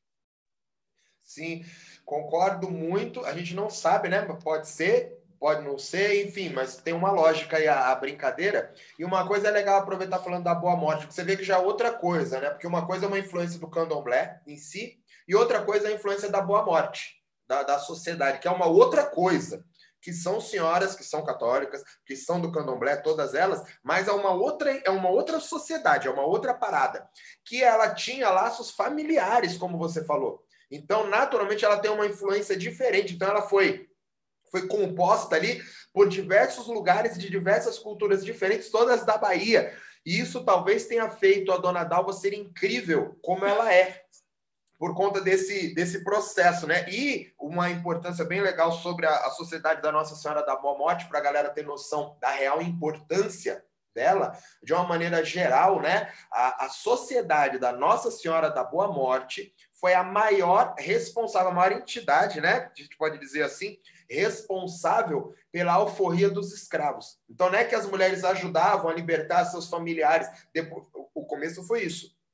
Sim, concordo muito. A gente não sabe, né? Pode ser, pode não ser, enfim, mas tem uma lógica aí a, a brincadeira. E uma coisa é legal aproveitar falando da Boa Morte, porque você vê que já é outra coisa, né? Porque uma coisa é uma influência do candomblé em si, e outra coisa é a influência da Boa Morte, da, da sociedade, que é uma outra coisa. Que são senhoras que são católicas, que são do candomblé, todas elas, mas é uma outra, é uma outra sociedade, é uma outra parada. Que ela tinha laços familiares, como você falou. Então, naturalmente, ela tem uma influência diferente. Então, ela foi, foi composta ali por diversos lugares de diversas culturas diferentes, todas da Bahia. E isso talvez tenha feito a Dona Dalva ser incrível como ela é, por conta desse, desse processo, né? E uma importância bem legal sobre a, a Sociedade da Nossa Senhora da Boa Morte, para a galera ter noção da real importância dela, de uma maneira geral, né? A, a Sociedade da Nossa Senhora da Boa Morte foi a maior responsável, a maior entidade, né? A gente pode dizer assim, responsável pela alforria dos escravos. Então, não é que as mulheres ajudavam a libertar seus familiares. Depois, o começo foi isso.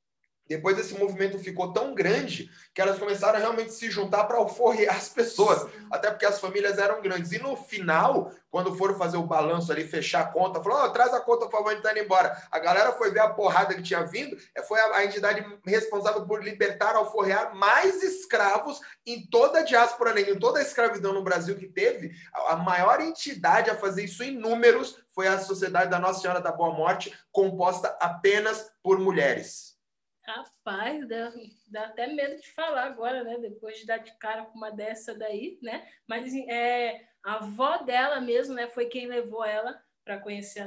Depois esse movimento ficou tão grande que elas começaram a realmente se juntar para alforrear as pessoas, até porque as famílias eram grandes. E no final, quando foram fazer o balanço ali, fechar a conta, falou, oh, traz a conta, por favor, a gente tá indo embora. A galera foi ver a porrada que tinha vindo, foi a, a entidade responsável por libertar, alforrear mais escravos em toda a diáspora negra, em toda a escravidão no Brasil que teve. A, a maior entidade a fazer isso em números foi a Sociedade da Nossa Senhora da Boa Morte, composta apenas por mulheres. Rapaz, dá, dá até medo de falar agora, né? Depois de dar de cara com uma dessa daí, né? Mas assim, é, a avó dela mesmo, né? Foi quem levou ela para conhecer a,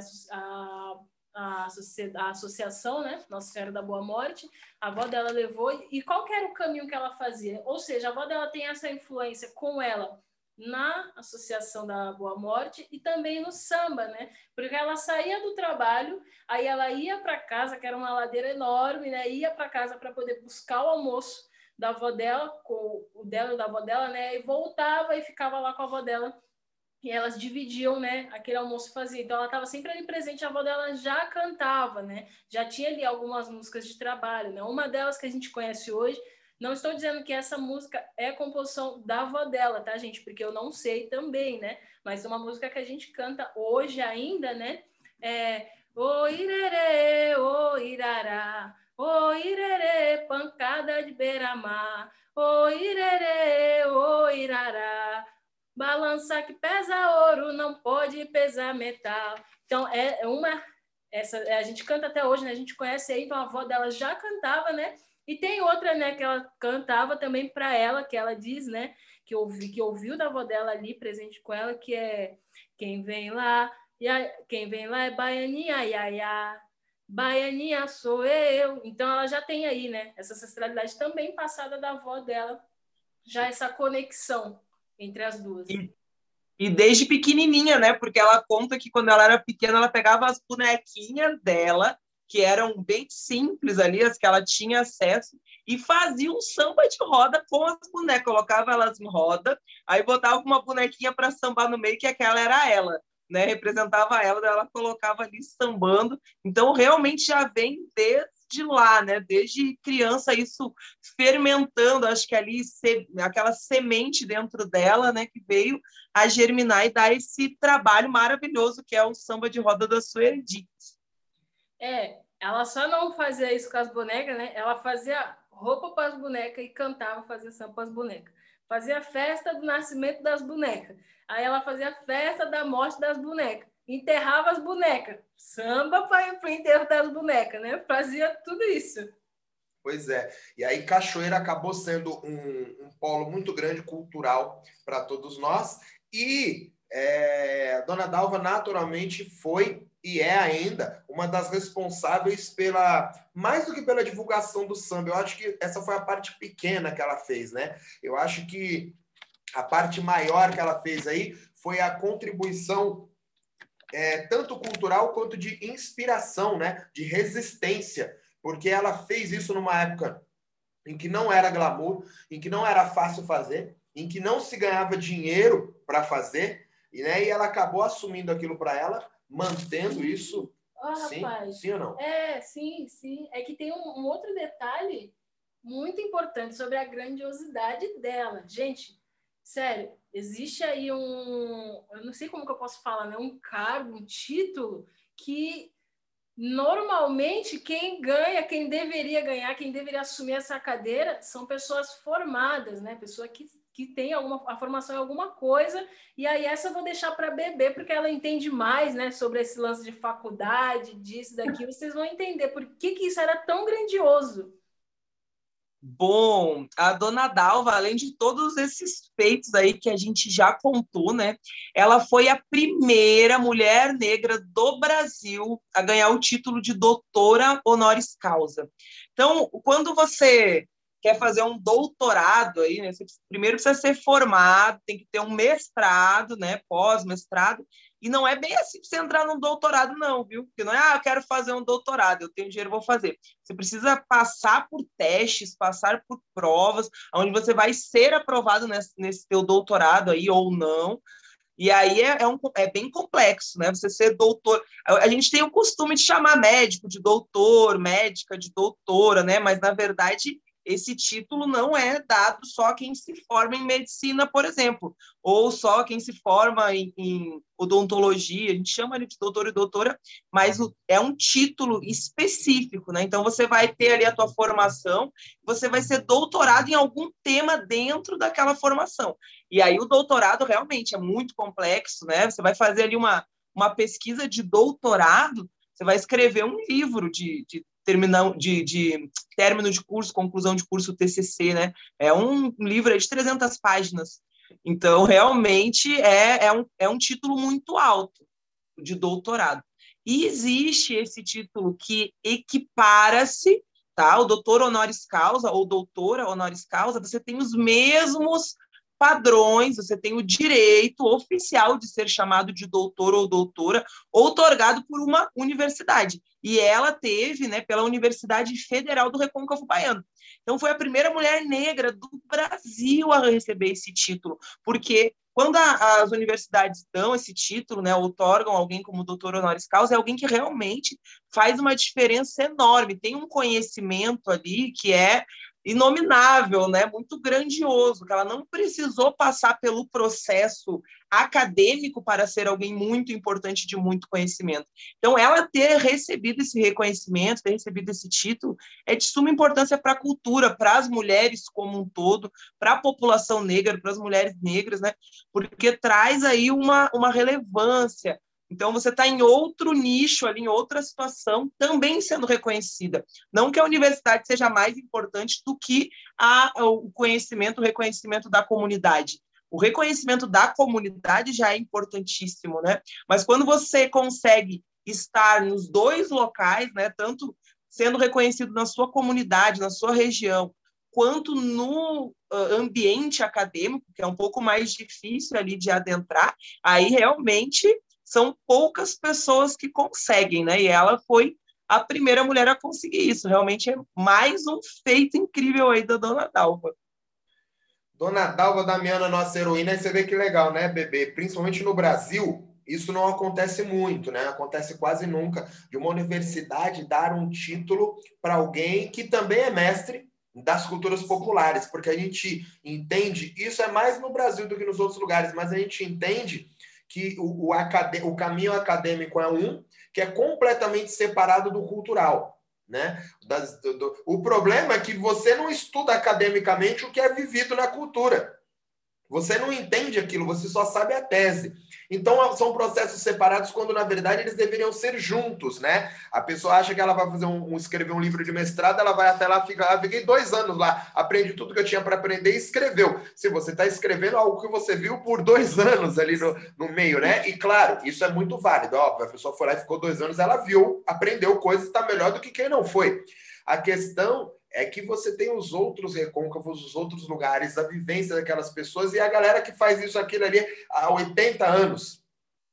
a, a, a associação, né? Nossa Senhora da Boa Morte. A avó dela levou. E qual que era o caminho que ela fazia? Ou seja, a avó dela tem essa influência com ela na Associação da Boa Morte e também no samba, né? Porque ela saía do trabalho, aí ela ia para casa, que era uma ladeira enorme, né? Ia para casa para poder buscar o almoço da avó dela, com o dela e da avó dela, né? E voltava e ficava lá com a avó dela. E elas dividiam, né? Aquele almoço fazia. Então ela estava sempre ali presente, a avó dela já cantava, né? Já tinha ali algumas músicas de trabalho, né? Uma delas que a gente conhece hoje. Não estou dizendo que essa música é composição da avó dela, tá, gente? Porque eu não sei também, né? Mas é uma música que a gente canta hoje ainda, né? É ô irerê, ô irará, ô irerê, pancada de beira-mar, ô irerê, ô irará, balança que pesa ouro, não pode pesar metal. Então, é uma... Essa, a gente canta até hoje, né? A gente conhece aí, então a avó dela já cantava, né? E tem outra, né, que ela cantava também para ela, que ela diz, né, que, ouvi, que ouviu da avó dela ali, presente com ela, que é quem vem lá, ia, quem vem lá é baianinha, iaiá, baianinha sou eu. Então ela já tem aí, né, essa ancestralidade também passada da avó dela, já essa conexão entre as duas. E, e desde pequenininha, né, porque ela conta que quando ela era pequena, ela pegava as bonequinhas dela, que eram bem simples ali, as que ela tinha acesso, e fazia um samba de roda com as bonecas, colocava elas em roda, aí botava uma bonequinha para sambar no meio, que aquela era ela, né? Representava ela, ela colocava ali sambando, então realmente já vem desde lá, né? Desde criança, isso fermentando, acho que ali, se, aquela semente dentro dela, né? Que veio a germinar e dar esse trabalho maravilhoso que é o samba de roda da Suerdi. É, ela só não fazia isso com as bonecas, né? Ela fazia roupa para as bonecas e cantava, fazia samba para as bonecas. Fazia festa do nascimento das bonecas. Aí ela fazia festa da morte das bonecas. Enterrava as bonecas. Samba para o enterro das bonecas, né? Fazia tudo isso. Pois é. E aí Cachoeira acabou sendo um, um polo muito grande cultural para todos nós. E é, a Dona Dalva naturalmente foi e é ainda uma das responsáveis pela, mais do que pela divulgação do samba. Eu acho que essa foi a parte pequena que ela fez, né? Eu acho que a parte maior que ela fez aí foi a contribuição é, tanto cultural quanto de inspiração, né? De resistência, porque ela fez isso numa época em que não era glamour, em que não era fácil fazer, em que não se ganhava dinheiro para fazer, e, né, e ela acabou assumindo aquilo para ela, mantendo isso. Oh, sim, rapaz. sim ou não? É, sim, sim. É que tem um, um outro detalhe muito importante sobre a grandiosidade dela. Gente, sério, existe aí um... Eu não sei como que eu posso falar, né? Um cargo, um título que normalmente quem ganha, quem deveria ganhar, quem deveria assumir essa cadeira são pessoas formadas, né? Pessoa que, que tem alguma, a formação em alguma coisa, e aí essa eu vou deixar para Bebê, porque ela entende mais, né, sobre esse lance de faculdade, disso, daquilo, vocês vão entender por que, que isso era tão grandioso. Bom, a Dona Dalva, além de todos esses feitos aí que a gente já contou, né? Ela foi a primeira mulher negra do Brasil a ganhar o título de doutora honoris causa. Então, quando você quer fazer um doutorado aí, né? Você primeiro precisa ser formado, tem que ter um mestrado, né? Pós-mestrado. E não é bem assim para você entrar num doutorado, não, viu? Porque não é, ah, eu quero fazer um doutorado, eu tenho dinheiro, vou fazer. Você precisa passar por testes, passar por provas, onde você vai ser aprovado nesse, nesse teu doutorado aí ou não. E aí é, é, um, é bem complexo, né? Você ser doutor. A, a gente tem o costume de chamar médico de doutor, médica de doutora, né? Mas, na verdade, esse título não é dado só a quem se forma em medicina, por exemplo, ou só quem se forma em, em odontologia, a gente chama ele de doutor e doutora, mas o, é um título específico, né? Então, você vai ter ali a tua formação, você vai ser doutorado em algum tema dentro daquela formação. E aí o doutorado realmente é muito complexo, né? Você vai fazer ali uma, uma pesquisa de doutorado, você vai escrever um livro de, de terminão de, de término de curso, conclusão de curso, T C C, né? É um livro de trezentas páginas. Então, realmente, é, é, um, é um título muito alto de doutorado. E existe esse título que equipara-se, tá? O doutor honoris causa ou doutora honoris causa, você tem os mesmos padrões, você tem o direito oficial de ser chamado de doutor ou doutora, outorgado por uma universidade. E ela teve, né, pela Universidade Federal do Recôncavo Baiano. Então, foi a primeira mulher negra do Brasil a receber esse título, porque quando a, as universidades dão esse título, né, outorgam alguém como doutor honoris causa, é alguém que realmente faz uma diferença enorme, tem um conhecimento ali que é inominável, né? Muito grandioso, que ela não precisou passar pelo processo acadêmico para ser alguém muito importante de muito conhecimento. Então, ela ter recebido esse reconhecimento, ter recebido esse título, é de suma importância para a cultura, para as mulheres como um todo, para a população negra, para as mulheres negras, né? Porque traz aí uma, uma relevância. Então, você está em outro nicho, ali, em outra situação, também sendo reconhecida. Não que a universidade seja mais importante do que a, o conhecimento, o reconhecimento da comunidade. O reconhecimento da comunidade já é importantíssimo, né? Mas quando você consegue estar nos dois locais, né, tanto sendo reconhecido na sua comunidade, na sua região, quanto no ambiente acadêmico, que é um pouco mais difícil ali de adentrar, aí realmente são poucas pessoas que conseguem, né? E ela foi a primeira mulher a conseguir isso. Realmente é mais um feito incrível aí da Dona Dalva. Dona Dalva Damiana, nossa heroína, e você vê que legal, né, bebê? Principalmente no Brasil, isso não acontece muito, né? Acontece quase nunca, de uma universidade dar um título para alguém que também é mestre das culturas populares, porque a gente entende, isso é mais no Brasil do que nos outros lugares, mas a gente entende que o, o, acad... o caminho acadêmico é um, que é completamente separado do cultural, né? Das, do, do... O problema é que você não estuda academicamente o que é vivido na cultura. Você não entende aquilo, você só sabe a tese. Então, são processos separados quando, na verdade, eles deveriam ser juntos, né? A pessoa acha que ela vai fazer um, um escrever um livro de mestrado, ela vai até lá, fica, ah, fiquei dois anos lá, aprendi tudo que eu tinha para aprender e escreveu. Se você está escrevendo algo que você viu por dois anos ali no, no meio, né? E, claro, isso é muito válido. Óbvio, a pessoa foi lá e ficou dois anos, ela viu, aprendeu coisas, está melhor do que quem não foi. A questão é que você tem os outros recôncavos, os outros lugares, a vivência daquelas pessoas e a galera que faz isso, aquilo ali há oitenta anos,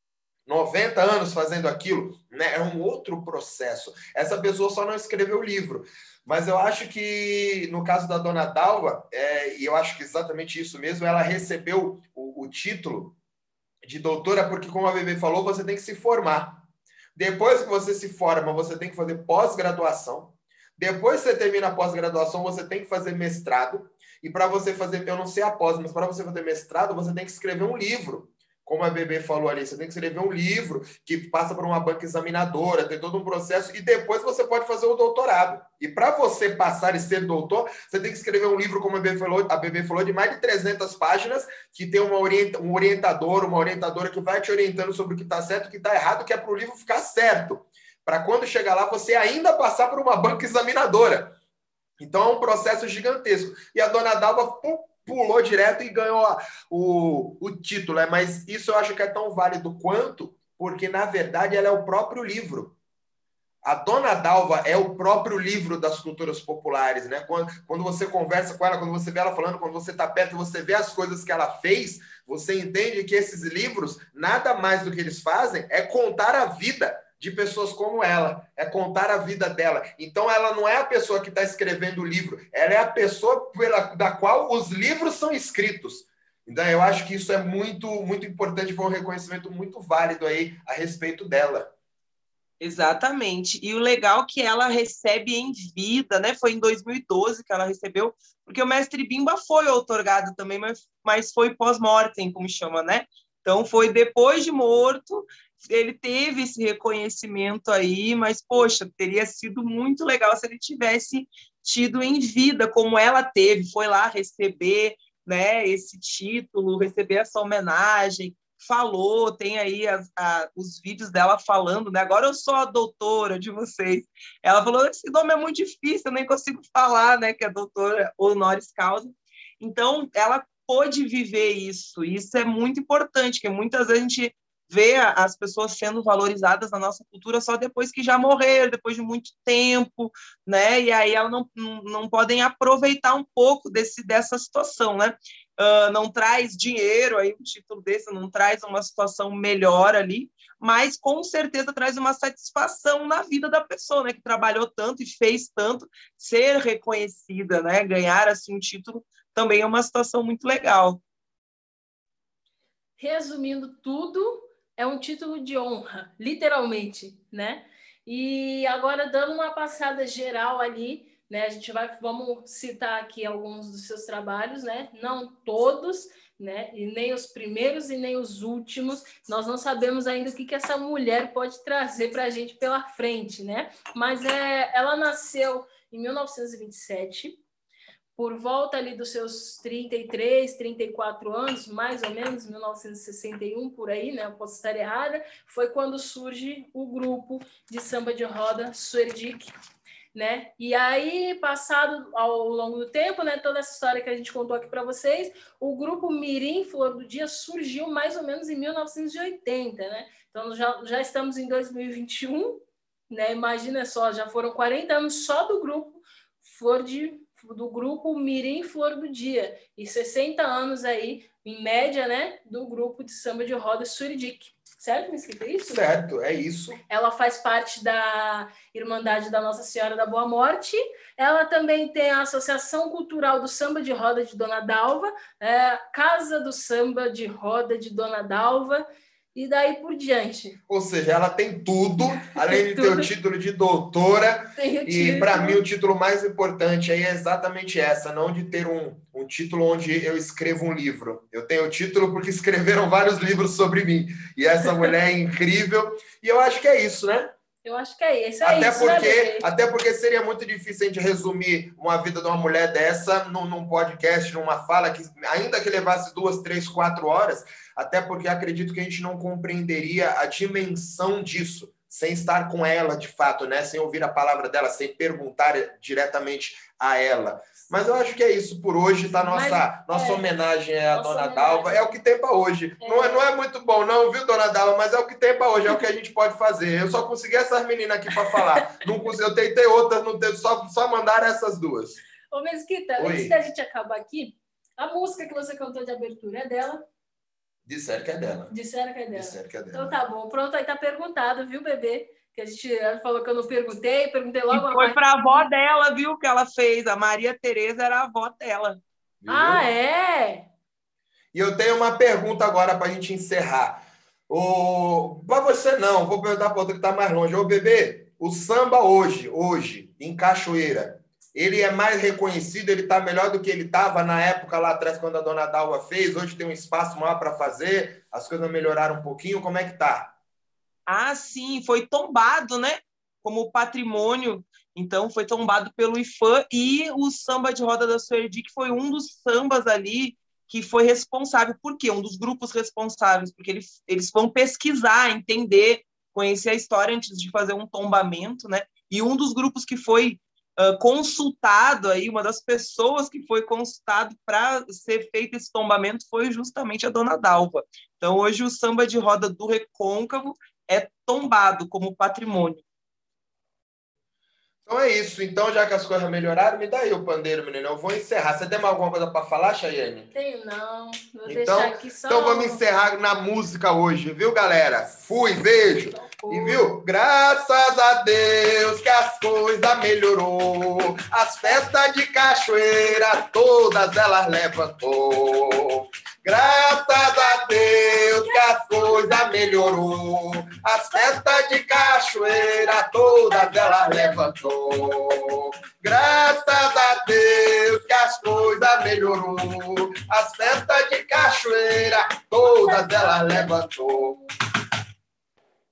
noventa anos fazendo aquilo, né? É um outro processo. Essa pessoa só não escreveu o livro. Mas eu acho que, no caso da Dona Dalva, é, e eu acho que exatamente isso mesmo, ela recebeu o, o título de doutora porque, como a Bebê falou, você tem que se formar. Depois que você se forma, você tem que fazer pós-graduação. Depois que você termina a pós-graduação, você tem que fazer mestrado. E para você fazer, eu não sei a pós, mas para você fazer mestrado, você tem que escrever um livro. Como a Bebê falou ali, você tem que escrever um livro que passa por uma banca examinadora, tem todo um processo, e depois você pode fazer o doutorado. E para você passar e ser doutor, você tem que escrever um livro, como a Bebê falou, a Bebê falou de mais de trezentas páginas, que tem uma orienta, um orientador, uma orientadora que vai te orientando sobre o que está certo e o que está errado, que é para o livro ficar certo. Para quando chegar lá, você ainda passar por uma banca examinadora. Então, é um processo gigantesco. E a Dona Dalva pum, pulou direto e ganhou o, o título. Mas isso eu acho que é tão válido quanto, porque, na verdade, ela é o próprio livro. A Dona Dalva é o próprio livro das culturas populares, né? Quando, quando você conversa com ela, quando você vê ela falando, quando você está perto, você vê as coisas que ela fez, você entende que esses livros, nada mais do que eles fazem é contar a vida de pessoas como ela, é contar a vida dela. Então, ela não é a pessoa que está escrevendo o livro, ela é a pessoa pela, da qual os livros são escritos. Então, eu acho que isso é muito, muito importante, foi um reconhecimento muito válido aí a respeito dela. Exatamente. E o legal é que ela recebe em vida, né? Foi em dois mil e doze que ela recebeu, porque o Mestre Bimba foi outorgado também, mas, mas foi pós-mortem, como chama, né? Então, foi depois de morto, ele teve esse reconhecimento aí, mas, poxa, teria sido muito legal se ele tivesse tido em vida, como ela teve, foi lá receber, né, esse título, receber essa homenagem, falou, tem aí as, a, os vídeos dela falando, né? Agora eu sou a doutora de vocês. Ela falou, esse nome é muito difícil, eu nem consigo falar, né? Que é doutora honoris causa. Então, ela pôde viver isso, e isso é muito importante, porque muitas vezes a gente vê as pessoas sendo valorizadas na nossa cultura só depois que já morreram, depois de muito tempo, né? E aí elas não, não, não podem aproveitar um pouco desse, dessa situação, né? Uh, não traz dinheiro, aí um título desse não traz uma situação melhor ali, mas com certeza traz uma satisfação na vida da pessoa, né? Que trabalhou tanto e fez tanto, ser reconhecida, né? Ganhar assim um título também é uma situação muito legal. Resumindo tudo, é um título de honra, literalmente, né? E agora, dando uma passada geral ali, né? A gente vai, vamos citar aqui alguns dos seus trabalhos, né? Não todos, né? E nem os primeiros e nem os últimos. Nós não sabemos ainda o que, que essa mulher pode trazer para a gente pela frente, né? Mas é, ela nasceu em mil novecentos e vinte e sete, por volta ali dos seus trinta e três, trinta e quatro anos, mais ou menos, mil novecentos e sessenta e um, por aí, né? Eu posso estar errada, foi quando surge o grupo de samba de roda Suerdic, né? E aí, passado ao longo do tempo, né, toda essa história que a gente contou aqui para vocês, o grupo Mirim Flor do Dia surgiu mais ou menos em mil novecentos e oitenta, né? Então, já, já estamos em dois mil e vinte e um, né? Imagina só, já foram quarenta anos só do grupo Flor de do grupo Mirim Flor do Dia e sessenta anos aí, em média, né, do grupo de samba de roda Suerdic. Certo, Mesquita? É isso? Certo, é isso. Ela faz parte da Irmandade da Nossa Senhora da Boa Morte. Ela também tem a Associação Cultural do Samba de Roda de Dona Dalva, é, Casa do Samba de Roda de Dona Dalva, e daí por diante. Ou seja, ela tem tudo, além de ter o título de doutora. E para mim o título mais importante aí é exatamente essa, não de ter um, um título onde eu escrevo um livro. Eu tenho o título porque escreveram vários livros sobre mim. E essa mulher é incrível. E eu acho que é isso, né? Eu acho que é isso. É até, isso, porque, né, até porque seria muito difícil a gente resumir uma vida de uma mulher dessa num, num podcast, numa fala, que ainda que levasse duas, três, quatro horas, até porque acredito que a gente não compreenderia a dimensão disso, sem estar com ela de fato, né? Sem ouvir a palavra dela, sem perguntar diretamente a ela. Mas eu acho que é isso por hoje, tá? Nossa, Mas, nossa é, homenagem à nossa Dona homenagem. Dalva. É o que tem para hoje. É. Não, é, não é muito bom, não, viu, Dona Dalva? Mas é o que tem para hoje, é o que a gente pode fazer. Eu só consegui essas meninas aqui para falar. Não consegui, eu tentei outras, não tentei, só, só mandaram essas duas. Ô, Mesquita, Oi. Antes da gente acabar aqui, a música que você cantou de abertura é dela? Disseram que é dela. Disseram que é dela. Disseram que é dela. Então tá bom. Pronto, aí tá perguntado, viu, bebê? Que a gente falou que eu não perguntei, perguntei logo. E foi para a avó dela, viu, que ela fez. A Maria Tereza era a avó dela. Viu? Ah, é? E eu tenho uma pergunta agora para a gente encerrar. O... Para você não, vou perguntar para outra que está mais longe. Ô, bebê, o samba hoje, hoje, em Cachoeira, ele é mais reconhecido, ele está melhor do que ele estava na época lá atrás, quando a Dona Dalva fez? Hoje tem um espaço maior para fazer, as coisas melhoraram um pouquinho, como é que tá? Ah, sim, foi tombado, né? Como patrimônio. Então, foi tombado pelo I F A M, e o samba de roda da Suerdic foi um dos sambas ali que foi responsável. Por quê? Um dos grupos responsáveis, porque eles, eles vão pesquisar, entender, conhecer a história antes de fazer um tombamento, né? E um dos grupos que foi uh, consultado aí, uma das pessoas que foi consultado para ser feito esse tombamento foi justamente a Dona Dalva. Então, hoje o samba de roda do Recôncavo é tombado como patrimônio. Então é isso. Então, já que as coisas melhoraram, me dá aí o pandeiro, menino. Eu vou encerrar. Você tem mais alguma coisa para falar, Chayane? Tenho não. Vou então, deixar aqui só... Então vamos encerrar na música hoje, viu, galera? Fui, beijo. E viu? Graças a Deus que as coisas melhorou. As festas de Cachoeira, todas elas levantou. Graças a Deus que as coisas melhorou. As festas de cachoeira todas ela levantou. Graças a Deus que as coisas melhorou. As festas de cachoeira todas ela levantou.